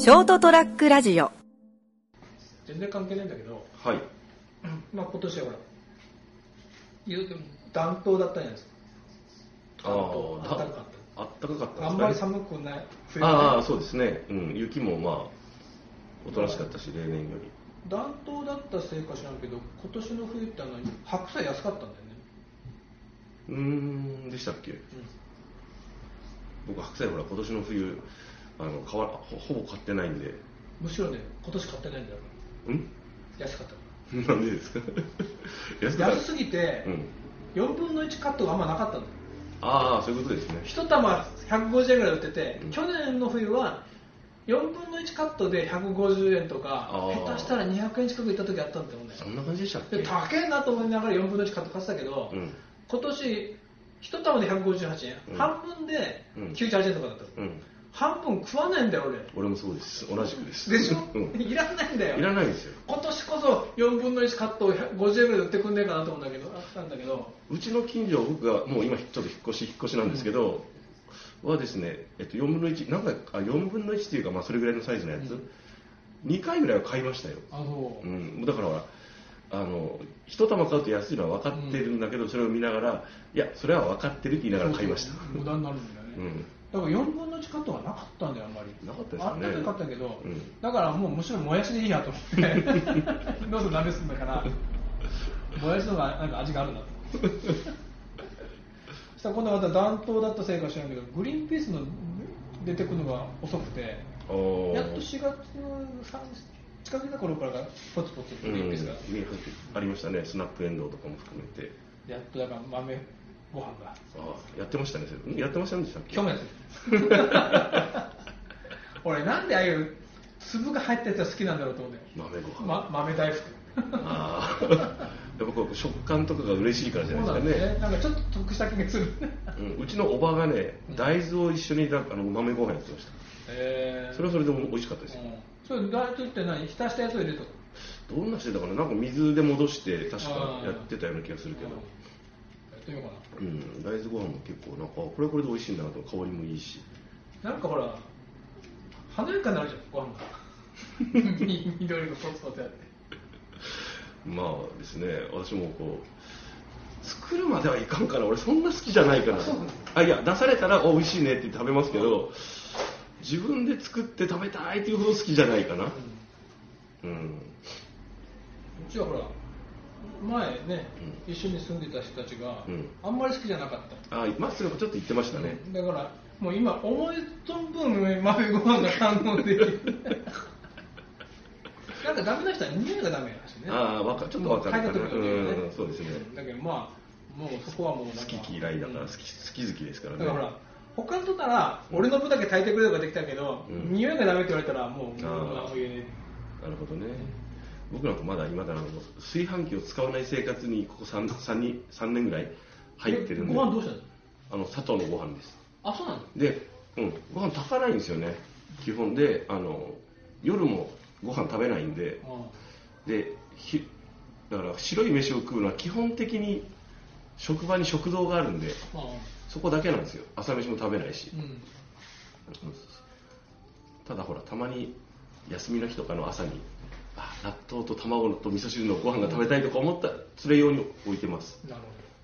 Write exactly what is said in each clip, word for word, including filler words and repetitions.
ショートトラックラジオ。 全然関係ないんだけど、 はい。 まあ今年はほら言うても暖冬だったじゃないですか。 ああ、 暖かかった。 あったかかったんですかね。 あんまり寒くない。 ああ、そうですね。うん、雪もまあおとなしかったし、例年より。 暖冬だったせいか知らんけど、今年の冬ってあの白菜安かったんだよね。 うーん、でしたっけ。うん、僕白菜ほら今年の冬あの買わ ほ, ほぼ買ってないんで。 むしろね、今年買ってないんだよ。 うん安かったからなんでですか安, 安すぎて、うん、よんぶんのいちカットがあんまなかったんだよ。 ああ、そういうことですね。 いち玉ひゃくごじゅうえんぐらい売ってて、 うん、 去年の冬はよんぶんのいちカットでひゃくごじゅうえんとか、下手したらにひゃくえん近くいった時あったんだよね。 そんな感じでしたっけ。 で高えなと思いながらよんぶんのいちカット買ってたけど、うん、今年いち玉でひゃくごじゅうはちえん、うん、半分できゅうじゅうはちえんとかだった、うん、半分食わないんだよ俺。 俺もそうです。同じくです。 でしょ、うん、いらないんだよ。 いらないんですよ。 今年こそよんぶんのいちカットをごじゅうえんぐらいで売ってくんねえかなと思うんだけど、あったんだけど、 うちの近所、僕がもう今ちょっと引っ越し引っ越しなんですけど、うん、はですね、えっと、よんぶんのいち、なんかあよんぶんのいちっていうか、まあ、それぐらいのサイズのやつ、うん、にかいぐらいは買いましたよ。 あ、そう、 うん、だからほらあのいち玉買うと安いのは分かってるんだけど、うん、それを見ながら、いやそれは分かってるって言いながら買いました。 そうそう、無駄になるんだよね、うん、だからよんぶんのいちカットがなかったんだよ。あんまりなかったですね。 あったとよかったけど、 うん、 だからもうむしろもやしでいいやと思ってどうせ鍋すんだからもやしの方がなんか味があるなとそしたら今度また暖冬だったせいか知らんけど、グリーンピースの出てくるのが遅くて、やっとしがつの近づいた頃からがポツポツグリーンピースが、 うん、ありましたね。スナップエンドウとかも含めてやっとだから豆ご飯が、 ああやってましたね。それやってましたんでしたっけ。 去年俺なんでああいう粒が入ったやつが好きなんだろうと思って。 豆ご飯、 ま、豆大福ああやっぱこう食感とかが嬉しいからじゃないですかね。 そうなんですね。なんかちょっと得した気がする、 うん、うちのおばがね、大豆を一緒にあの豆ご飯やってました。 へー、 それはそれでも美味しかったですよ。 うん、それ大豆って何、浸したやつを入れたの。 どんなしてたかな、なんか水で戻して確かやってたような気がするけど、 やってみようかな。 うん、大豆ご飯も結構なんかこれはこれで美味しいんだなと、香りもいいし、なんかほら華やかになるじゃんご飯が緑のポツポツやってまあですね、私もこう作るまではいかんから、俺そんな好きじゃないから。あ、いや出されたらお美味しいねって言って食べますけど、自分で作って食べたいっていうほど好きじゃないかな。うん、うん、 うちはほら前ね、うん、一緒に住んでた人たちが、うん、あんまり好きじゃなかった。 あ、まっすぐちょっと言ってましたね、 うん、だからもう今思い存分豆ご飯が堪能できるなんかダメな人は匂いがダメらしいね。 ああ、わかちょっとわかるかな。 うん、 そうですね。 だけどまあもうそこはもうなんか好き嫌いだから、好き好き好きですからね。 だからほら他の人なら俺の分だけ炊いてくれるとかできたけど、うん、匂いがダメって言われたらもう何も言えない。 なるほどね。僕なんかまだ今だな、炊飯器を使わない生活にここ 3, 3, にさんねんぐらい入ってるんで。 ご飯どうしたの？あの砂糖のご飯です。 あ、そうなの？ で、うん、ご飯炊かないんですよね基本で。あの夜もご飯食べないんで、でひだから白い飯を食うのは基本的に職場に食堂があるんで、そこだけなんですよ。朝飯も食べないし、うん、ただほらたまに休みの日とかの朝にあ納豆と卵と味噌汁のご飯が食べたいとか思ったらそれ用に置いてます。 なる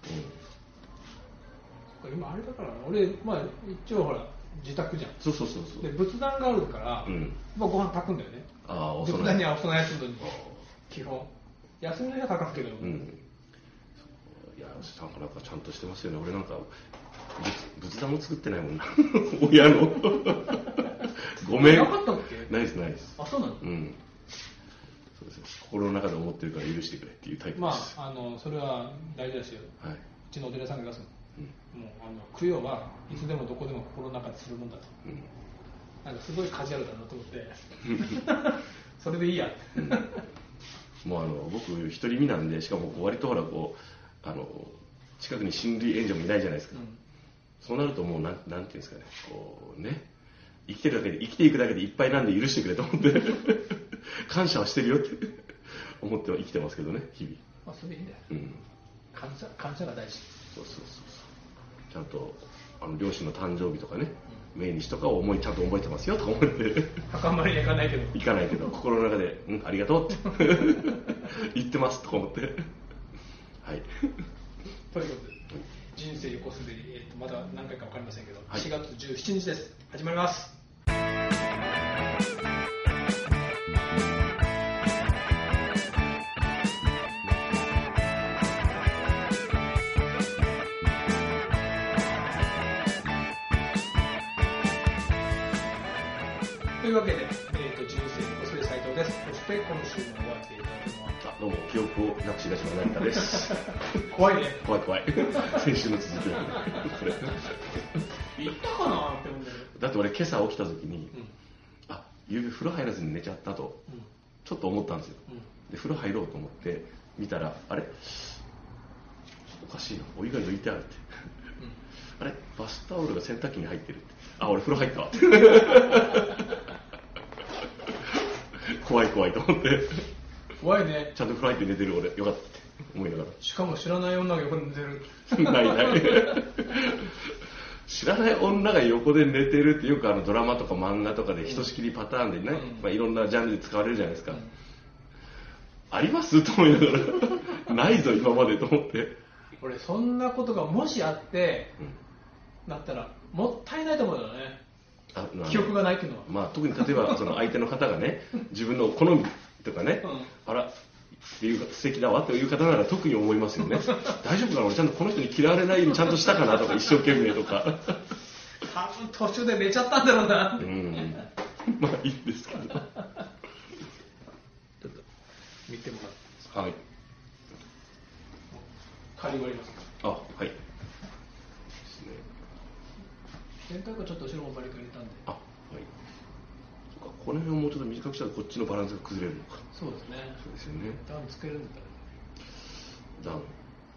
ほど、うん、今あれだから俺、まあ、一応ほら自宅じゃん。 そうそうそうそう。 で仏壇があるから、うん、まあ、ご飯炊くんだよね。 ああ、 仏壇にはお供えするのに基本休みの日は炊かすけど、うん、 いやなかなかちゃんとしてますよね。俺なんか仏壇も作ってないもんな親のごめん。 なかったっけ？ ないですないです。 あ、そうなの？ うん。そうです。心の中で思ってるから許してくれっていうタイプです。 まああのそれは大事ですよ。はい。うちのお寺さんが出すの。うん、もうあの供養はいつでもどこでも心の中でするもんだと。うん、なんかすごいカジュアルだなと思ってそれでいいやって、うん、 もうあの僕独り身なんで、しかも割とほらこうあの近くに親類縁者もいないじゃないですか、うん、そうなるともうなんなんていうんですかね、こうね、生きてるだけで生きていくだけでいっぱいなんで許してくれと思って感謝はしてるよって思っては生きてますけどね、日々。 まあそれいいんだよ、うん、感謝感謝が大事。 そうそうそうそう、ちゃんとあの両親の誕生日とかね、 メインにしとかを思いちゃんと覚えてますよとか思って墓参りに行かないけど行かないけど心の中で、うん、ありがとうって言ってますとか思ってはいということで人生横滑り、えー、とまだ何回か分かりませんけど、はい、しがつじゅうしちにちです。始まります。というわけで、えー、と人生横滑り斉藤です。そして今週のお相手いただくのはどうも記憶をなくしがちな成田です怖いね怖い怖い先週の続きだこれ言ったかなって思うんだけど、 だって俺今朝起きた時に、うん、あ夕べ風呂入らずに寝ちゃったと、うん、ちょっと思ったんですよ、うん、で風呂入ろうと思って見たらあれおかしいなお湯が抜いてあるって、うん、あれバスタオルが洗濯機に入ってるってあ俺風呂入ったわって怖い怖いと思って怖いね。 ちゃんと風呂入って寝てる俺よかったって思いながらしかも知らない女が横で寝てるないない知らない女が横で寝てるってよくあのドラマとか漫画とかでひとしきりパターンでね、うんまあ、いろんなジャンルで使われるじゃないですか、うん、ありますと思いながらないぞ今までと思って俺そんなことがもしあって、うん、なったらもったいないと思うよね。あ記憶がないっていうのは、 まあ、特に例えばその相手の方がね自分の好みとかね、うん、あらっていう素敵だわという方なら特に思いますよね大丈夫かな俺ちゃんとこの人に嫌われないようにちゃんとしたかなとか一生懸命とか多分途中で寝ちゃったんだろうなうんまあいいんですけどちょっと見てもらってますはい借り終わりますか。あはいですね。 洗濯はちょっと後ろもバリカン入れたんであはいこの辺をもうちょっと短くしたらこっちのバランスが崩れるのか。 そうですね。 そうですよね。 ダウンつけるんだったら。 ダウン、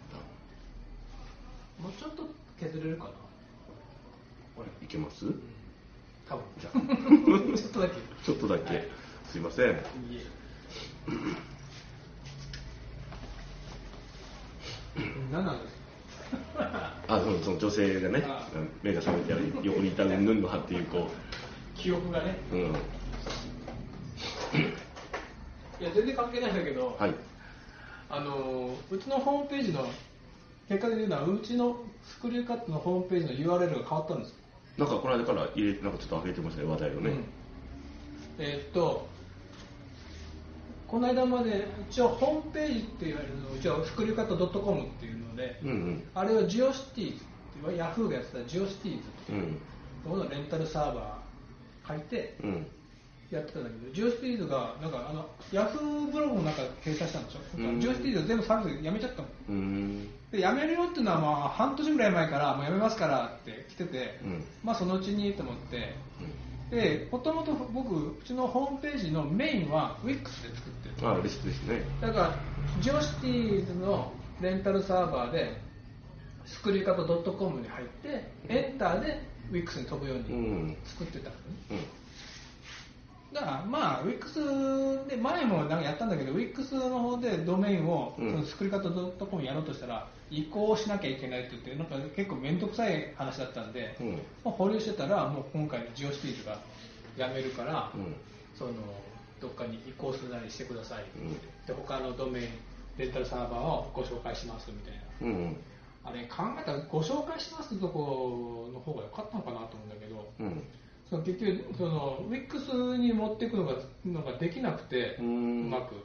ダウン。もうちょっと削れるかな。 これいけます？ うん、多分。 じゃあちょっとだけ。 ちょっとだけ。はい、すいません。いいえ。 何なんですか。 あ、そのその女性がね、目が覚めてやる横にいたうんぬんの葉っていうこう。記憶がね。 うん。 いや全然関係ないんだけど、 はい、 あのうちのホームページの結果で言うのはうちのスクリューカットのホームページの ユーアールエル が変わったんですよ。 なんかこの間から入れなんかちょっと上げてましたね話題をね、うん、 えー、っとこの間まで一応ホームページって言われるのうちはスクリューカット .com っていうので、うんうん、あれをジオシティーズっていうヤフーがやってたジオシティーズっていうののレンタルサーバー借りて、うんやってたんだけど、ジオシティーズがなんかあのヤフーブログの中で掲載したんでしょ。ジオシティーズ全部サービスやめちゃったの。うんでやめるよっていうのはまあ半年ぐらい前からもうやめますからって来てて、うん、まあそのうちにと思って、うん、でもともと僕うちのホームページのメインは ウィックス で作ってる。 ああ嬉しいですね。 だからジオシティーズのレンタルサーバーでスクリューカット .com に入ってエンターで ウィックス に飛ぶように作ってたのね。うんうんだからまあ ウィックス で前もなんかやったんだけど ウィックス の方でドメインを、うん、そのスクリカット .com やろうとしたら移行しなきゃいけないって言ってなんか結構面倒くさい話だったんで、うんまあ、保留してたらもう今回ジオシティーズがやめるから、うん、そのどっかに移行するなりしてくださいって言って、うん、で他のドメインレンタルサーバーをご紹介しますみたいな、うん、あれ考えたらご紹介しますってとこの方が良かったのかなと思うんだけど、うんその結局その ウィックス に持っていくのがのができなくてうまく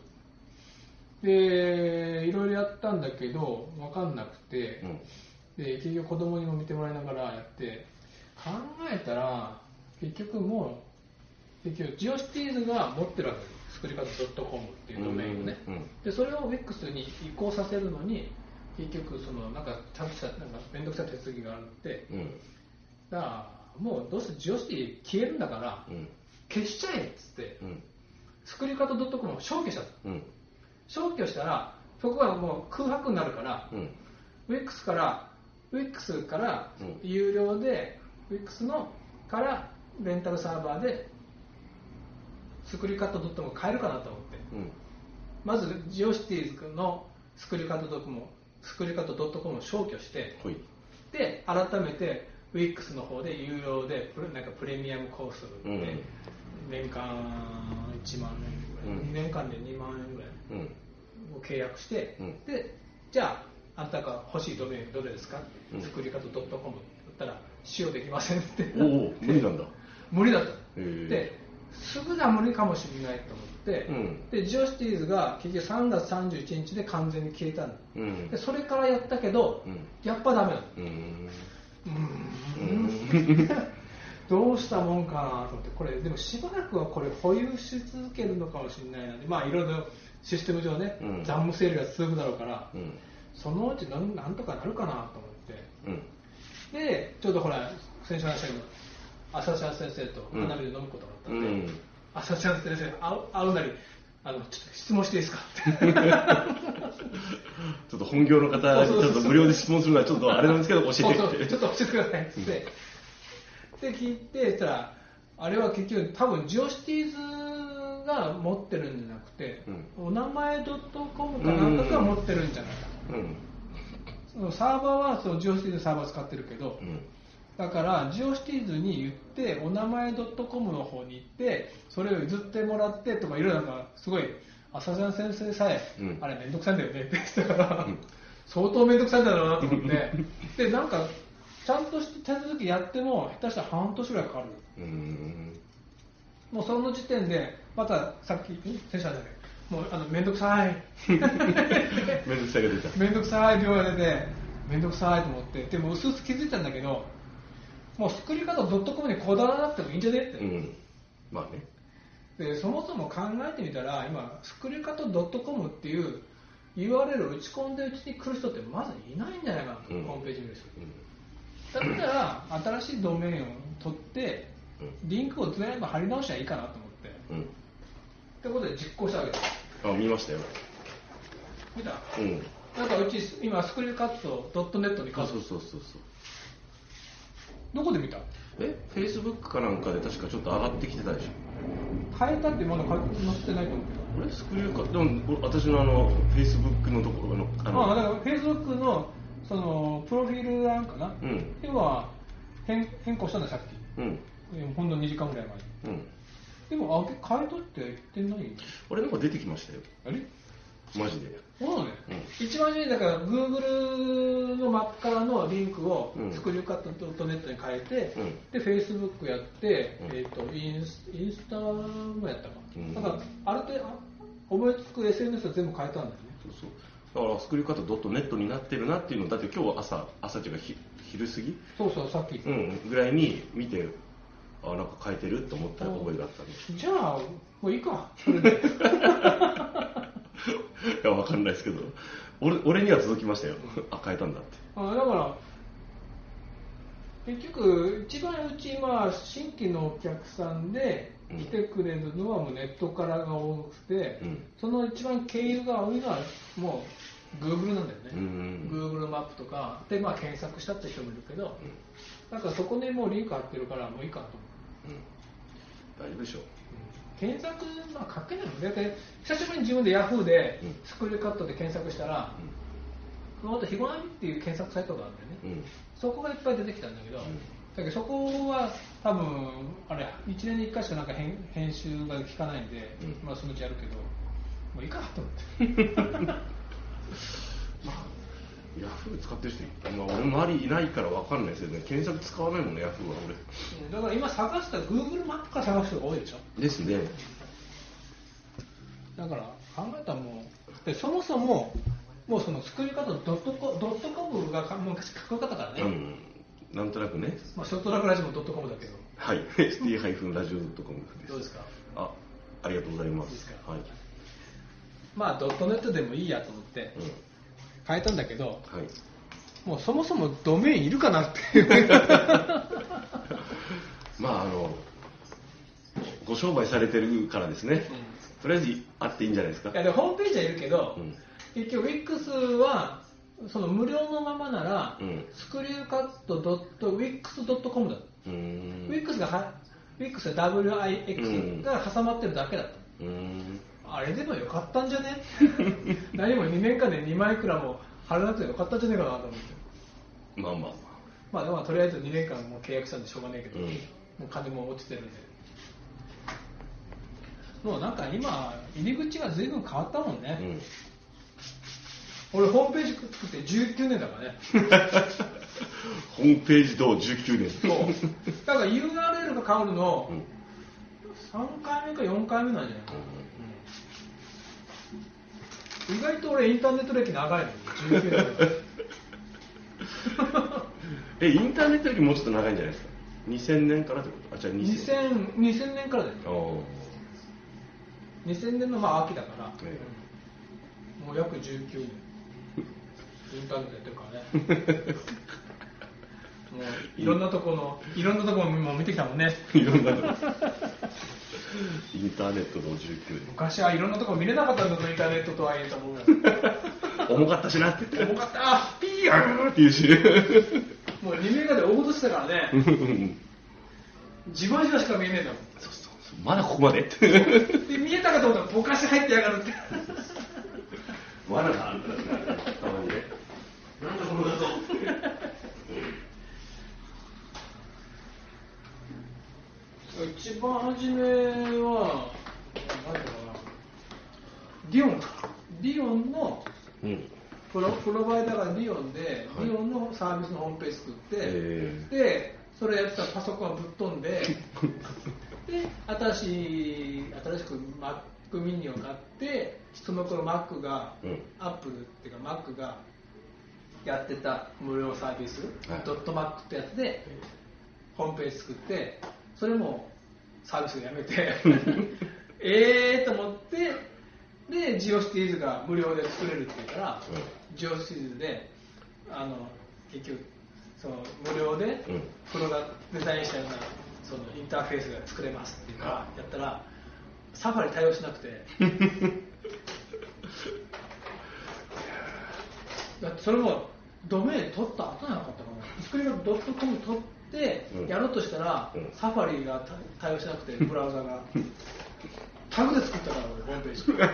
でいろいろやったんだけど分かんなくて、うん、で結局子供にも見てもらいながらやって考えたら結局もう結局ジオシティーズが持ってるわけですスクリカット .com っていうドメインをね、うんうん、でそれを ウィックス に移行させるのに結局そのなんかちゃんとしたなんか面倒くさい手続きがあるって、うん、だからもうどうせジオシティ消えるんだから、うん、消しちゃえっつって、うん、スクリカット .com を消去しちゃった、うん、消去したらそこがもう空白になるから、うん、ウィックス からウィックス から有料で、うん、ウィックス のからレンタルサーバーでスクリカット .com を変えるかなと思って、うん、まずジオシティーズのスクリカット .com スクリカット .com を消去して、はい、で改めてウィックスの方で有料でプレなんかプレミアムコースで、うん、年間いちまんえんぐらい、うん、年間でにまんえんぐらいを契約して、うん、でじゃああんたが欲しいドメインどれですかって、うん、作り方 .com って言ったら使用できませんっておお無理なんだ無理だったですぐは無理かもしれないと思って、うん、でジオシティーズが結局さんがつさんじゅういちにちで完全に消えたんだ、うん、でそれからやったけど、うん、やっぱダメだった、うんうんどうしたもんかなと思って、これでもしばらくはこれ保有し続けるのかもしれないので、まあいろいろシステム上ね、うん、残務セールが続くだろうから、うん、そのうちなんなんとかなるかなと思って、うん、でちょうどほら先週話したけど浅田先生と花火で飲むことがあったんで、うん、浅田先生会う、会うなりあのちょっと質問していいですかってちょっと本業の方にちょっと無料で質問するのはちょっとあれなんですけど教えてそうそうちょっと教えてくださいって、うん、で聞いてたらあれは結局多分ジオシティーズが持ってるんじゃなくて、うん、お名前 .com かなんかが持ってるんじゃないかと、うん、そのサーバーはそのジオシティーズサーバー使ってるけど、うんだからジオシティーズに言ってお名前 .com の方に行ってそれを譲ってもらってとかいろいろなんかすごい浅田先生さえ、うん、あれめんどくさいんだよねって言ってたから、うん、相当めんどくさいんだろうなと思ってでなんかちゃんとして手続きやっても下手したら半年ぐらいかかるうんもうその時点でまたさっき先生だけもうあのめんどくさいめんどくさいが出ためんどくさい病が出てめんどくさいと思ってでも薄々気づいたんだけどもう作り方 .com にこだわらなくてもいいんじゃねって、うん、 まあねでそもそも考えてみたら今作り方 .com っていう ユーアールエル を打ち込んでうちに来る人ってまずいないんじゃないかなと、うん、ホームページ見る人、うん、だったら新しいドメインを取ってリンクを全部貼り直したらいいかなと思って、うん、ってことで実行したわけですあ見ましたよ見た、うん、なんかうち今スクリーンカット .net に変わったそうそうそうそうどこで見たえ、フェイスブックかなんかで確かちょっと上がってきてたでしょ変えたってまだ載ってないと思うけどこれスクリーンカットでも私のあのフェイスブックのところのあのあだからフェイスブックのそのプロフィール欄かな、うん、では変変更したんださっき、うん、ほんのにじかんぐらい前に、うん、でもあ変えとって言ってない俺なんか出てきましたよあれマジでそうね、うん、一番初めにだから Google のマップからのリンクをスクリューカット .net に変えて、うん、で Facebook やって、うん、えー、とインスインスタもやったか、うん、だからある程度思いつく エスエヌエス は全部変えたんだよねそうそうだからスクリューカット .net になってるなっていうのだって今日朝朝っていうか昼過ぎそうそうさっき、 うん、ぐらいに見てあなんか変えてると思った覚えがあったんでじゃあもういいかそれでいや分かんないですけど 俺, 俺には続きましたよあ変えたんだってあだから結局一番うち今新規のお客さんで来てくれるのはもうネットからが多くて、うん、その一番経由が多いのはもう Google なんだよね、うん、Google マップとかで、まあ、検索したって人もいるけど、うん、なんかそこにもうリンク貼ってるからもういいかなと思う、 うん、大丈夫でしょう検索は書けないのだって久しぶりに自分で Yahoo でスクリューカットで検索したら、うん、あとヒゴナミっていう検索サイトがあるんだよね、うん、そこがいっぱい出てきたんだけど、うん、だけどそこは多分あれいちねんにいっかいしかなんか 編, 編集が効かないんで、うん、まあそのうちやるけどもういいかと思ってまあヤフー使ってる人、まあ、俺周りいないから分かんないですよね検索使わないもんねヤフーは俺だから今探したら Google マップから探す人が多いでしょですねだから考えたらもうでそもそももうその作り方ドットコムが昔かっこよかったからね、うん、 なんとなくね、 まあ、ショートラックラジオもドットコムだけどはい エスティー ラジオ ドットコム ですどうですかあありがとうございますいいですか、はい、 まあドットネットでもいいやと思って、うん変えたんだけど、はい、もうそもそもドメインいるかなってまああのご商売されてるからですね、うん、とりあえずあっていいんじゃないですかいやでホームページはいるけど、うん、結局 ウィックス はその無料のままなら、うん、スクリューカット ウィックス ドットコム だうん ウィックス がは ウィックス ダブリューアイエックス が挟まってるだけだったうんあれでもよかったんじゃね何もにねんかんでにまんいくらも払わなくてよかったんじゃねえかなと思ってまあまあまあでもとりあえずにねんかんもう契約したんでしょうがないけど、 うん、 もう金も落ちてるんで、もうなんか今入り口が随分変わったもんね、うん、俺ホームページ作ってじゅうきゅうねんだからねホームページどうじゅうきゅうねんそうだから ユーアールエル が変わるの、うん、さんかいめかよんかいめなんじゃないかな、うん、意外と俺インターネット歴長いのじゅうきゅうねんえインターネットよりもうちょっと長いんじゃないですか。にせんねんからってこと。あ、じゃあにせんにせんねんからだよ。にせんねんのまあ秋だから、ええ、もう約じゅうきゅうねんインターネットやってるからねもういろんなとこのいろんなところも見てきたもんねいろんなとこインターネットのじゅうきゅうねん。 昔はいろんなところ見れなかったんだぞインターネットとはいえと思う重かったしなって重かったピーヤーっていうしもうにメガで大ごとしてたからねじわじわしか見えねえんだもん。 そうそうそう、まだここまでってで見えたかと思ったらぼかし入ってやがるって罠があるんだねたまにねなんだこの画像一番初めは何だろうな、ディオンかディオンのプロ、うん、プロバイダーがディオンで、はい、ディオンのサービスのホームページ作って、えー、でそれやってたらパソコンがぶっ飛んでで新しい新しく Mac mini を買ってその頃 Mac が、うん、Apple っていうか Mac がやってた無料サービス、はい、ドット Mac ってやつでホームページ作ってそれもサービスをやめてえーと思ってでジオシティーズが無料で作れるっていうから、うん、ジオシティーズであの結局その無料でプロがデザインしたようなそのインターフェースが作れますっていうからやったらサファリ対応しなくてだってそれもドメイン取った後じゃなかったかな、スクリーンドットコム取ってやろうとしたら、うん、サファリが対応しなくてブラウザがタグで作ったから俺ホームペー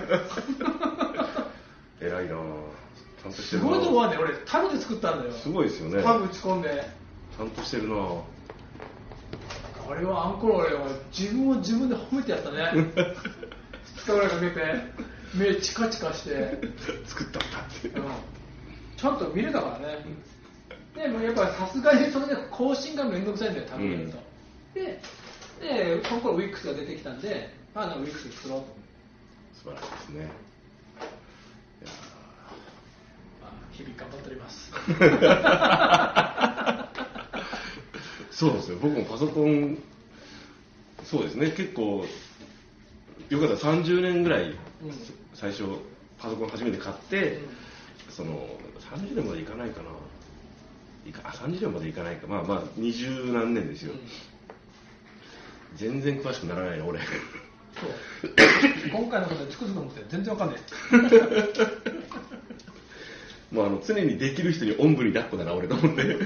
ジ偉いなぁ、ちゃんとしてるな。 すごいと思わね、俺タグで作ったんだよ。 すごいですよね。 タグ打ち込んでちゃんとしてるなぁ。 あれはあんころ俺は自分を自分で褒めてやったねふつかぐらいかけて目チカチカして作ったんだって、うん、 ちゃんと見れたからね、うん、でもやっぱりさすがにそれで更新がめんどくさいんだよタグやると、うん、ででその頃 ウィックス が出てきたんでああ ウィックス 作ろうと。 素晴らしいですね。いや、 まあ、日々頑張っておりますそうですよ、僕もパソコンそうですね、結構よかったらさんじゅうねんぐらい、うん、最初パソコン初めて買って、うん、そのさんじゅうねんまでいかないかないかあさんじゅうねんまでいかないか、まあまあ二十何年ですよ、うん、全然詳しくならないの俺そう今回のことでつくづく思って全然わかんないもうあの常にできる人におんぶに抱っこだな俺と思って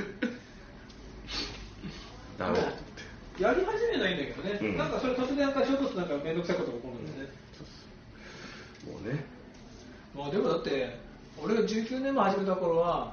ダメだと思ってやり始めないんだけどね、うん、なんかそれ突然なんかちょっとなんか面倒くさいことが起こるんですね、 うん、もうね、 まあでもだって俺がじゅうきゅうねんまえ始めた頃は、はい、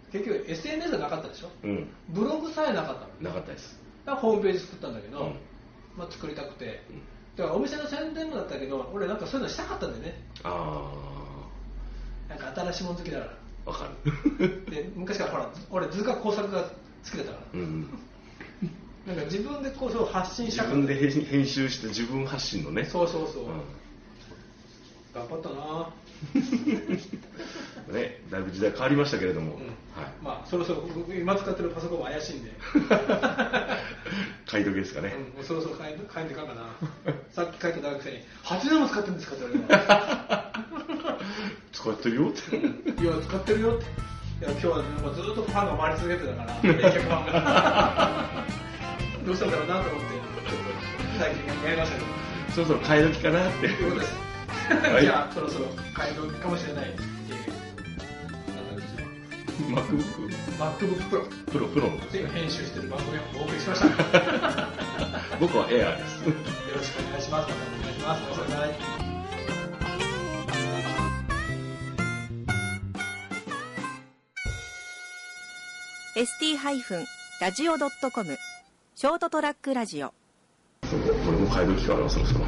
結局 エスエヌエス がなかったでしょ、うん、ブログさえなかったの。 なかったです。 だからホームページ作ったんだけど、うん、まあ、作りたくて、うん、だからお店の宣伝もだったけど俺なんかそういうのしたかったんだよね。ああ、なんか新しいもの好きだから。 わかるで昔からほら俺図画工作が好きだったから、うん、なんか自分でこうそう発信したかった。 自分で編集して自分発信のね。 そうそうそう、うん、頑張ったなね、だいぶ時代変わりましたけれども、うん、はい、 まあそろそろ今使ってるパソコンも怪しいんで買い時ですかね、 うん、そろそろ買い買いんでかんかなさっき書いた大学生にはちねんも使ってるんですかって言われた使ってるよっていや使ってるよって、いや今日は、ね、もうずっとファンが回り続けてたから冷却ファンがどうしたんだろうなと思って最近やりましたけどそろそろ買い時かなっていうことですはい、じゃあそろそろ買い時かもしれない、えー、MacBook MacBook Pro プロプロの編集してる番組をお送りしました僕は Air ですよろしくお願いします。またお願いします。おやすみなさい。 エスティー ラジオ ドットコム ショートトラックラジオ。 俺も買い時かな、そろそろ。